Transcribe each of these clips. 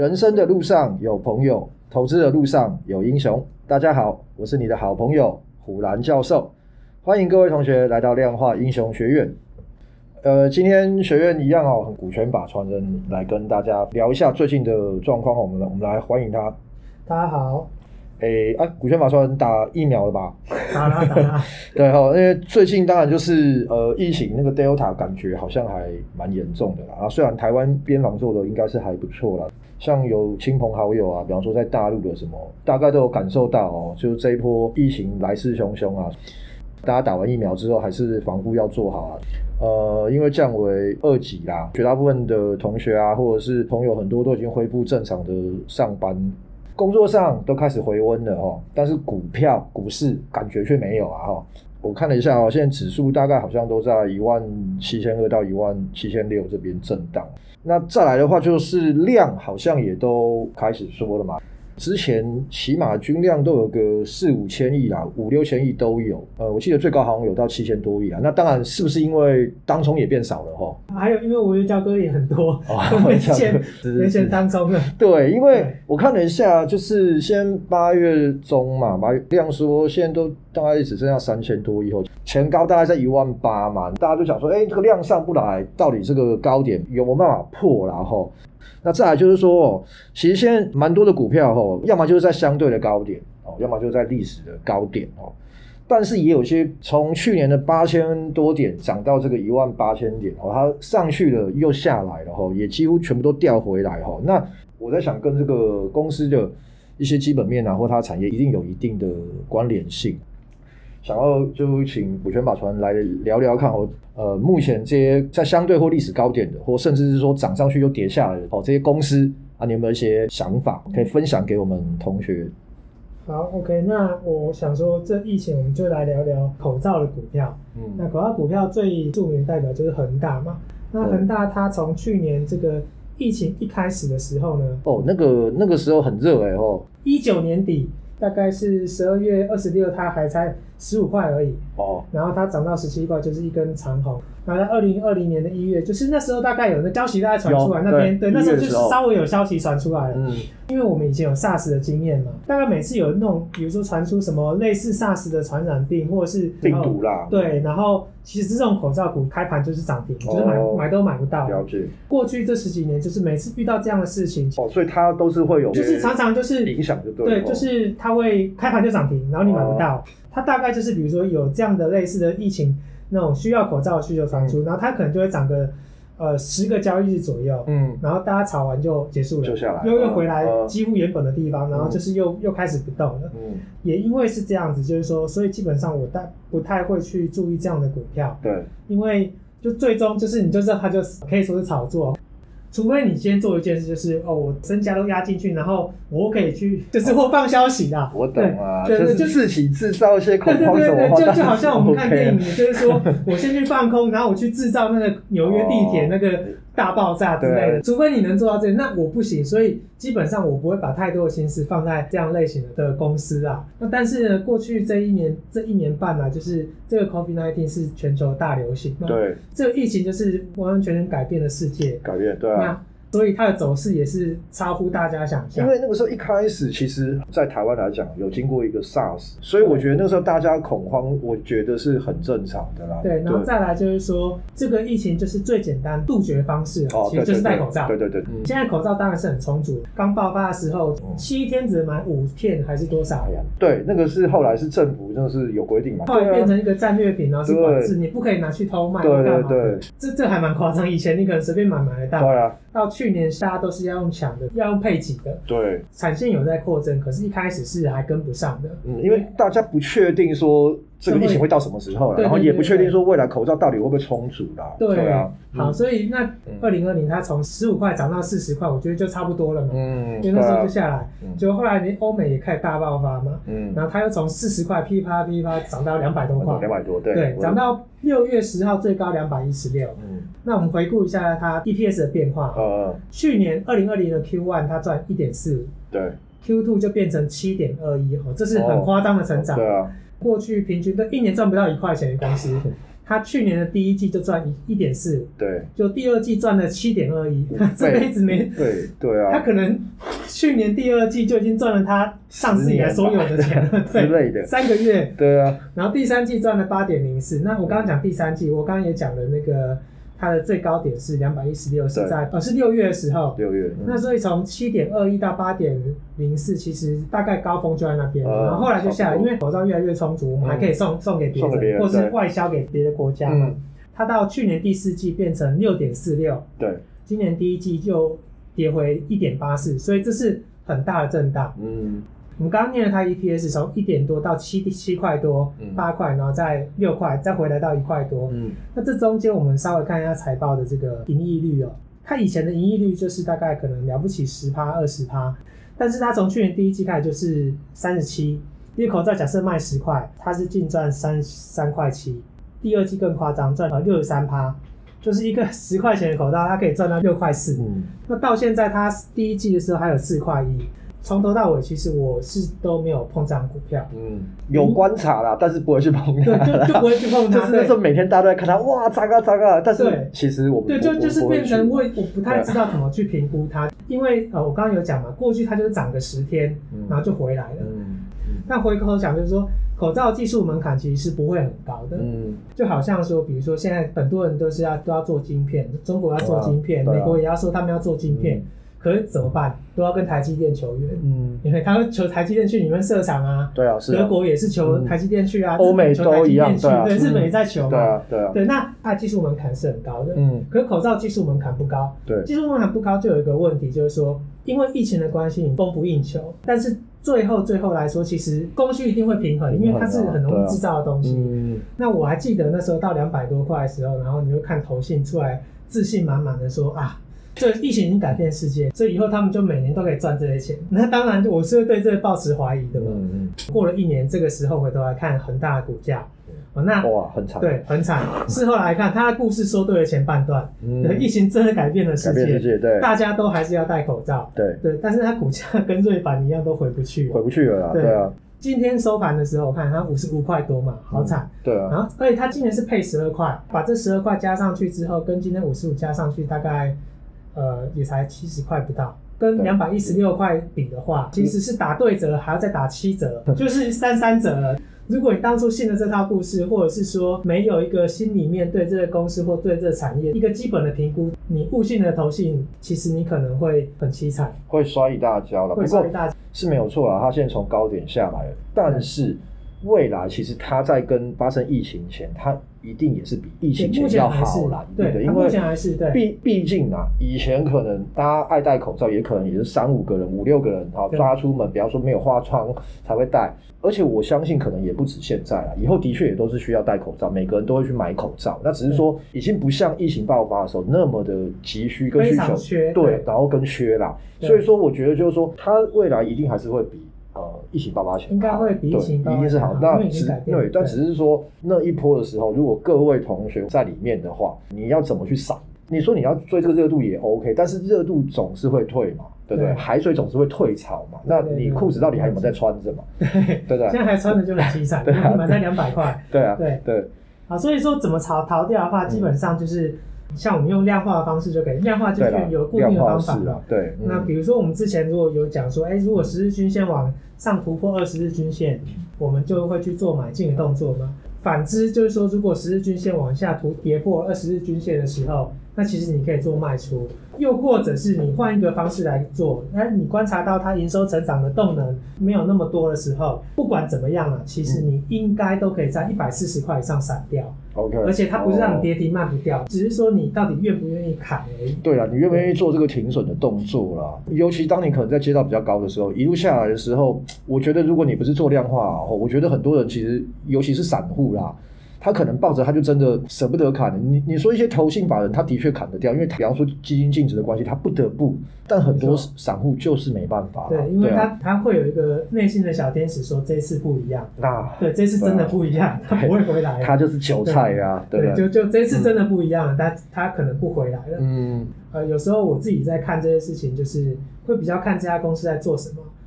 人生的路上有朋友，投资的路上有英雄。大家好，我是你的好朋友虎兰教授，欢迎各位同学来到量化英雄学院。今天学院一样股权法传人来跟大家聊一下最近的状况。我们来欢迎他。 大家好。 股权法传人打疫苗了吧？ 打了。 对因为最近当然就是疫情那个 Delta 感觉好像还蛮严重的啦。虽然台湾边防做的应该是还不错啦，像有亲朋好友比方说在大陆的什么，大概都有感受到就是这一波疫情来势汹汹啊。大家打完疫苗之后还是防护要做好因为降为2级啦，绝大部分的同学或者是朋友很多都已经恢复正常的上班，工作上都开始回温了但是股市感觉却没有我看了一下现在指数大概好像都在17200到17600这边震荡。那再来的话就是量好像也都开始说了嘛，之前起码均量都有个4-5千亿啦，5-6千亿都有。我记得最高好像有到7000多亿啊。那当然是不是因为当冲也变少了还有因为违约交割也很多，没钱当冲了。 对，因为我看了一下，就是先8月中嘛，量说现在都大概只剩下3000多亿前高大概在18000嘛，大家就想说，这个量上不来，到底这个高点有没有办法破啦那再来就是说其实现在蛮多的股票要么就是在相对的高点要么就是在历史的高点但是也有些从去年的8000多点涨到这个18000点它上去了又下来了也几乎全部都掉回来那我在想跟这个公司的一些基本面或它产业一定有一定的关联性。想要就请股权法传来聊聊看目前这些在相对或历史高点的，或甚至是说涨上去又跌下来的这些公司你有没有一些想法可以分享给我们同学？ 好 ，OK， 那我想说这疫情我们就来聊聊口罩的股票。那口罩股票最著名的代表就是恒大嘛。那恒大它从去年这个疫情一开始的时候呢， 那个时候很热 19年底。大概是12月26，它还才15块而已然后它涨到17块，就是一根长红。然后在2020年的1月，就是那时候大概有那消息大概传出来，那边对那时候就是稍微有消息传出来了。因为我们以前有 SARS 的经验嘛，大概每次有那种比如说传出什么类似 SARS 的传染病或者是病毒啦， 对，然后其实这种口罩股开盘就是涨停，就是买都买不到。 了解。 过去这10几年，就是每次遇到这样的事情所以它都是会有就是常常就是影响就对了。 对，就是它会开盘就涨停，然后你买不到。它大概就是比如说有这样的类似的疫情那种需要口罩的需求传出，然后它可能就会涨个10个交易日左右，然后大家炒完就结束了， 就下来又回来几乎原本的地方，然后就是又开始不动了。也因为是这样子，就是说，所以基本上我不太会去注意这样的股票， 对， 因为就最终就是你就知道它就可以说是炒作。除非你先做一件事，就是我身家都压进去，然后我可以去就是或放消息啦。 我懂就是自己制造一些恐慌什么的。 对，就好像我们看电影，就是说我先去放空，然后我去制造那个纽约地铁那个大爆炸之类的。除非你能做到这，那我不行，所以基本上我不会把太多的心思放在这样类型的公司啦。那但是呢，过去这一年半啦，就是这个 COVID-19 是全球大流行， 对， 这个疫情就是完完全全改变了世界， 对啊。 所以它的走势也是超乎大家想象。 因为那个时候一开始，其实在台湾来讲有经过一个 SARS， 所以我觉得那时候大家恐慌，我觉得是很正常的啦。 对，然后再来就是说，这个疫情就是最简单杜绝方式其实就是戴口罩。 对。 现在口罩当然是很充足，刚爆发的时候7天只买5片还是多少呀？ 对，那个是后来是政府真的是有规定嘛， 后来变成一个战略品，然后是管制，你不可以拿去偷卖。 对， 这还蛮夸张。以前你可能随便买得到。 对啊。 到去年大家都是要用抢的，要用配给的。 对， 产线有在扩增，可是一开始是还跟不上的。 因为大家不确定说这个疫情会到什么时候然后也不确定说未来口罩到底会不会充足啦。 对啊。好，所以那2020它从15块涨到40块，我觉得就差不多了嘛。因为那时候就下来，就后来欧美也开始大爆发嘛。然后它又从40块噼啪涨到200多块。200 多， 对，涨到6月10号最高216。那我们回顾一下它 EPS 的变化。去年2020的 Q1 它赚 1.45， 对 ，Q2 就变成 7.21，这是很夸张的成长。 对啊。 过去平均都一年赚不到1块钱的公司， 他去年的第一季就赚1.45， 对， 就第二季赚了7.21，他这辈子没对啊， 他可能去年第二季就已经赚了他上市以来所有的钱了， 之类的 ，3个月， 对啊， 然后第三季赚了8.04，那我刚刚讲第三季，我刚刚也讲了那个。它的最高点是216，是在是6月的时候。 6月， 那所以从7.21到8.04，其实大概高峰就在那边，然后后来就下来，因为口罩越来越充足，我们还可以送给别人，或是外销给别的国家嘛。它到去年第四季变成6.46， 对， 今年第一季就跌回1.84，所以这是很大的震荡。我们刚刚念了它 EPS 从1点多到7块多，8块，然后再6块，再回来到1块多。那这中间我们稍微看一下财报的这个盈利率哦，它以前的盈利率就是大概可能了不起10%、20%，但是它从去年第一季开始就是37，因为口罩假设卖10块，它是净赚3块7，第二季更夸张，赚了63%。就是一个10块钱的口罩，它可以赚到6块4。那到现在它第一季的时候还有4块1。从头到尾，其实我是都没有碰这张股票。 有观察啦，但是不会去碰它。 对，就不会去碰它。 就是那时候每天大家都在看它，哇，涨啊！但是其实我们就是变成我不太知道怎么去评估它，因为我刚刚有讲嘛，过去它就是涨个10天，然后就回来了。那回头讲就是说，口罩技术门槛其实是不会很高的。就好像说，比如说现在很多人都要做晶片，中国要做晶片，美国也要说他们要做晶片。可是怎么办？都要跟台积电求援，因为他会求台积电去你们设厂啊。 对啊，是啊。 德国也是求台积电去啊， 欧美都一样， 对，日本也在求嘛。 对啊。 对，那它技术门槛是很高的，可是口罩技术门槛不高。 对， 技术门槛不高就有一个问题，就是说，因为疫情的关系，你供不应求，但是最后来说，其实供需一定会平衡，因为它是很容易制造的东西。那我还记得那时候到200多块的时候，然后你就看投信出来自信满满的说啊。这疫情已经改变世界，所以以后他们就每年都可以赚这些钱。那当然，我是会对这个抱持怀疑的嘛。过了1年，这个时候回头来看恒大的股价，那哇，很惨， 对，很惨。事后来看，他的故事说对了前半段，疫情真的改变了世界， 对， 大家都还是要戴口罩，对，但是它股价跟瑞凡一样都回不去了啦，对啊。 今天收盘的时候，我看它55块多嘛，好惨。 对啊。 然后，而且它今年是配12块，把这12块加上去之后，跟今天55加上去，大概也才70块不到。跟216块比的话，其实是打对折，还要再打7折，就是33折了。如果你当初信了这套故事，或者是说没有一个心里面对这个公司或对这个产业一个基本的评估，你误信了投信，其实你可能会很凄惨， 会摔一大跤了。 会摔一大跤是没有错啊，它现在从高点下来了，但是未来其实它在跟发生疫情前，它一定也是比疫情前要好啦， 对，因为目前还是对， 毕竟啊，以前可能大家爱戴口罩，也可能也是3-5个人、5-6个人抓出门，比方说没有化妆才会戴。而且我相信可能也不止现在啦，以后的确也都是需要戴口罩，每个人都会去买口罩。那只是说已经不像疫情爆发的时候那么的急需跟需求，对，然后跟缺啦。所以说我觉得就是说，它未来一定还是会比疫情爆发前应该会比疫情爆发前一定是好。那但只是说那一波的时候，如果各位同学在里面的话，你要怎么去闪？你说你要追这个热度也 OK， 但是热度总是会退嘛，对不对？海水总是会退潮嘛。那你裤子到底还有没有在穿着嘛？对不对？ 现在还穿着就很凄惨，对，买才200块。 对啊， 对。好，所以说怎么逃掉的话，基本上就是像我们用量化的方式就可以，量化就是有固定的方法嘛。 对。 那比如说我们之前如果有讲说，如果10日均线往上突破20日均线，我们就会去做买进的动作嘛。反之就是说，如果10日均线往下跌破20日均线的时候，那其实你可以做卖出，又或者是你换一个方式来做，你观察到它营收成长的动能没有那么多的时候，不管怎么样啊，其实你应该都可以在140块以上闪掉。 OK， 而且它不是让你跌停卖不掉，只是说你到底愿不愿意砍而已。 对啊，你愿不愿意做这个停损的动作啦？尤其当你可能在接到比较高的时候，一路下来的时候，我觉得如果你不是做量化，我觉得很多人其实，尤其是散户啦，他可能抱着他就真的舍不得砍。你说一些投信法人，他的确砍得掉，因为比方说基金净值的关系，他不得不。但很多散户就是没办法。 对，因为他会有一他内心的小天使说这次不一样。对，这次真的不一样，他不会回来。 他就是韭菜啊，对， 就这次真的不一样，他可能不回来了。有时候我自己在看这些事情，就是会比较看这家公司在做什么。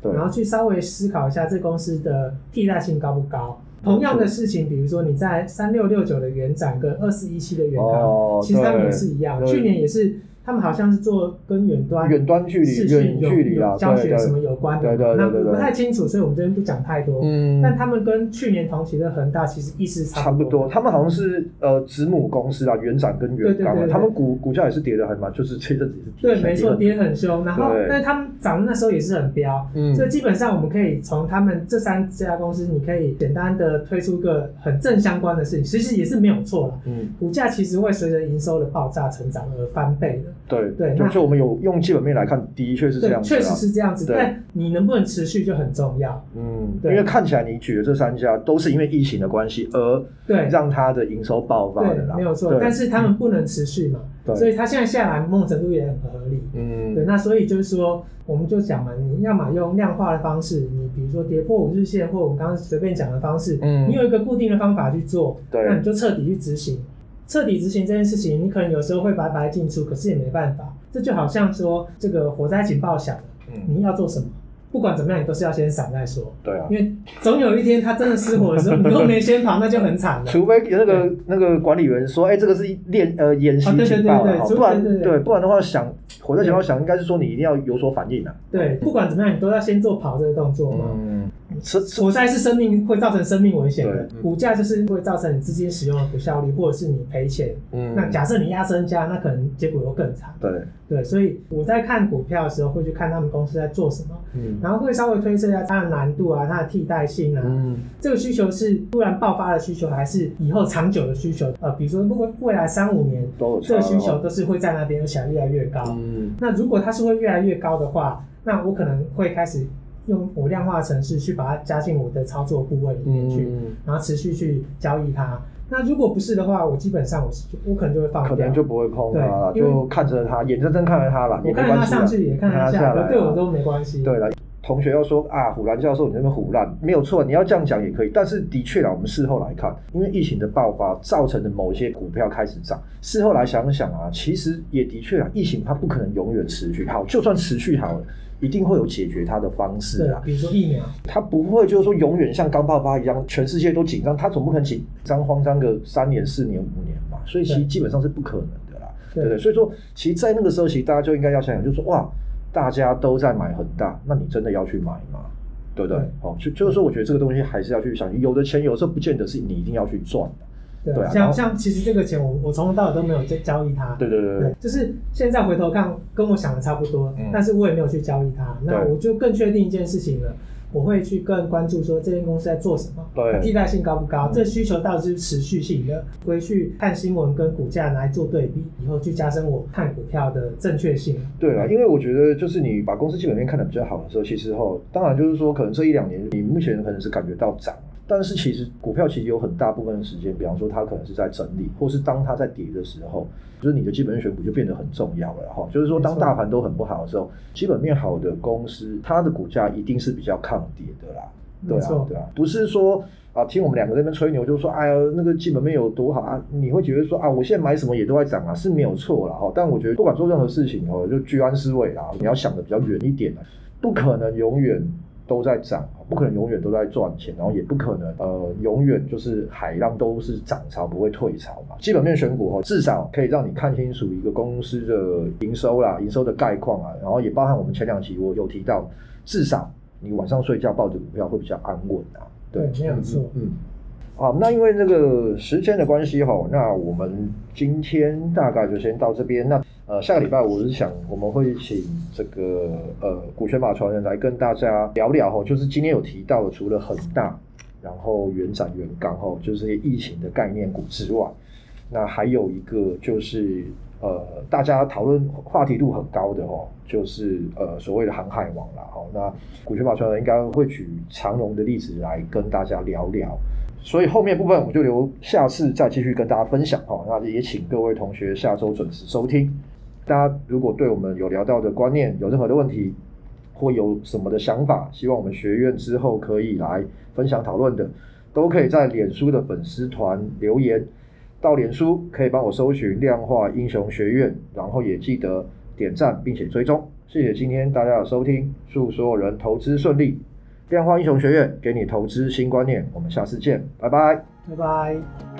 然后去稍微思考一下这公司的替代性高不高。同样的事情，比如说你在3669的元展跟2417的元康，其实他们也是一样，去年也是。他们好像是做跟远端距离有教学什么有关的，那我不太清楚，所以我们这边不讲太多。但他们跟去年同期的恒大其实意思差不多。 他们好像是子母公司啦，元展跟元刚，他们股价也是跌的还蛮，就是这阵子也是跌。 对，没错，跌很凶。然后，但是他们涨那时候也是很飙，所以基本上我们可以从他们这3家公司，你可以简单的推出一个很正相关的事情，其实也是没有错啦。股价其实会随着营收的爆炸成长而翻倍的。 对，就我们有用基本面来看，的确是这样子， 确实是这样子。但你能不能持续就很重要。 因为看起来你举的这3家都是因为疫情的关系而让它的营收爆发的啦， 没有错。但是他们不能持续嘛，所以它现在下来某种程度也很合理。对，那所以就是说，我们就讲嘛，你要么用量化的方式，你比如说跌破5日线，或我们刚刚随便讲的方式，你有一个固定的方法去做，那你就彻底去执行。彻底执行这件事情，你可能有时候会白白进出，可是也没办法。这就好像说，这个火灾警报响了，你要做什么？不管怎么样，你都是要先闪再说。 对啊， 因为总有一天它真的失火的时候，你都没先跑，那就很惨了。 除非那个管理员说，这个是演习警报啊，不然的话火灾警报响，应该是说你一定要有所反应啊。 对，不管怎么样，你都要先做跑这个动作嘛。火灾是会造成生命危险的，股价就是会造成你资金使用的不效率，或者是你赔钱。那假设你压身家，那可能结果又更惨。对，所以我在看股票的时候，会去看他们公司在做什么，然后会稍微推测一下它的难度啊，它的替代性啊，这个需求是突然爆发的需求，还是以后长久的需求？比如说未来3-5年，这个需求都是会在那边，而且越来越高。那如果它是会越来越高的话，那我可能会开始用我量化的程式去把它加进我的操作部位里面去，然后持续去交易它。那如果不是的话，我基本上我可能就会放掉， 可能就不会碰它了，就看着它，眼睁睁看着它了， 我看着它上去，也看着它下来，对我都没关系。 对了，同学要说虎兰教授你那边唬烂，没有错，你要这样讲也可以，但是的确啦，我们事后来看，因为疫情的爆发造成的某些股票开始涨，事后来想想啊，其实也的确疫情它不可能永远持续，好，就算持续好了，一定会有解决它的方式啊。 比如说疫苗， 它不会就是说永远像刚爆发一样，全世界都紧张，它总不可能紧张慌张个3年、4年、5年嘛，所以其实基本上是不可能的啦，对不对？所以说，其实，在那个时候，其实大家就应该要想想，就是说，哇，大家都在买恒大，那你真的要去买吗？对不对？就是说，我觉得这个东西还是要去想，有的钱有时候不见得是你一定要去赚的。 对啊，像其实这个钱我从头到尾都没有在交易它。 对， 就是现在回头看跟我想的差不多，但是我也没有去交易它。那我就更确定一件事情了，我会去更关注说这间公司在做什么，替代性高不高，这需求到底是持续性的，回去看新闻跟股价拿来做对比，以后去加深我看股票的正确性。 对啊，因为我觉得就是你把公司基本面看得比较好的时候，其实当然就是说可能这1-2年你目前可能是感觉到涨。但是其实股票其实有很大部分的时间，比方说它可能是在整理，或是当它在跌的时候，就是你的基本面选股就变得很重要了哈。就是说当大盘都很不好的时候，基本面好的公司，它的股价一定是比较抗跌的啦。对啊，不是说听我们2个在那边吹牛，就是说哎呀那个基本面有多好啊，你会觉得说我现在买什么也都在涨啊，是没有错啦哈。但我觉得不管做任何事情就居安思危啦，你要想的比较远一点啦，不可能永远都在涨，不可能永远都在赚钱，然后也不可能永远就是海浪都是涨潮不会退潮嘛。基本面选股至少可以让你看清楚一个公司的营收啦，营收的概况啊，然后也包含我们前2期我有提到，至少你晚上睡觉抱着股票会比较安稳啊。 对，没有错。 好，那因为那个时间的关系那我们今天大概就先到这边。那下个礼拜我是想我们会请这个股权法传人来跟大家聊聊就是今天有提到的，除了恒大，然后元展、元刚就是这些疫情的概念股之外，那还有一个就是大家讨论话题度很高的就是所谓的航海王啦那股权法传人应该会举长荣的例子来跟大家聊聊。所以后面部分我们就留下次再继续跟大家分享那也请各位同学下周准时收听。大家如果对我们有聊到的观念有任何的问题，或有什么的想法，希望我们学院之后可以来分享讨论的，都可以在脸书的粉丝团留言。到脸书可以帮我搜寻量化英雄学院，然后也记得点赞并且追踪。 谢谢今天大家的收听，祝所有人投资顺利。量化英雄学院给你投资新观念，我们下次见，拜拜， 拜拜。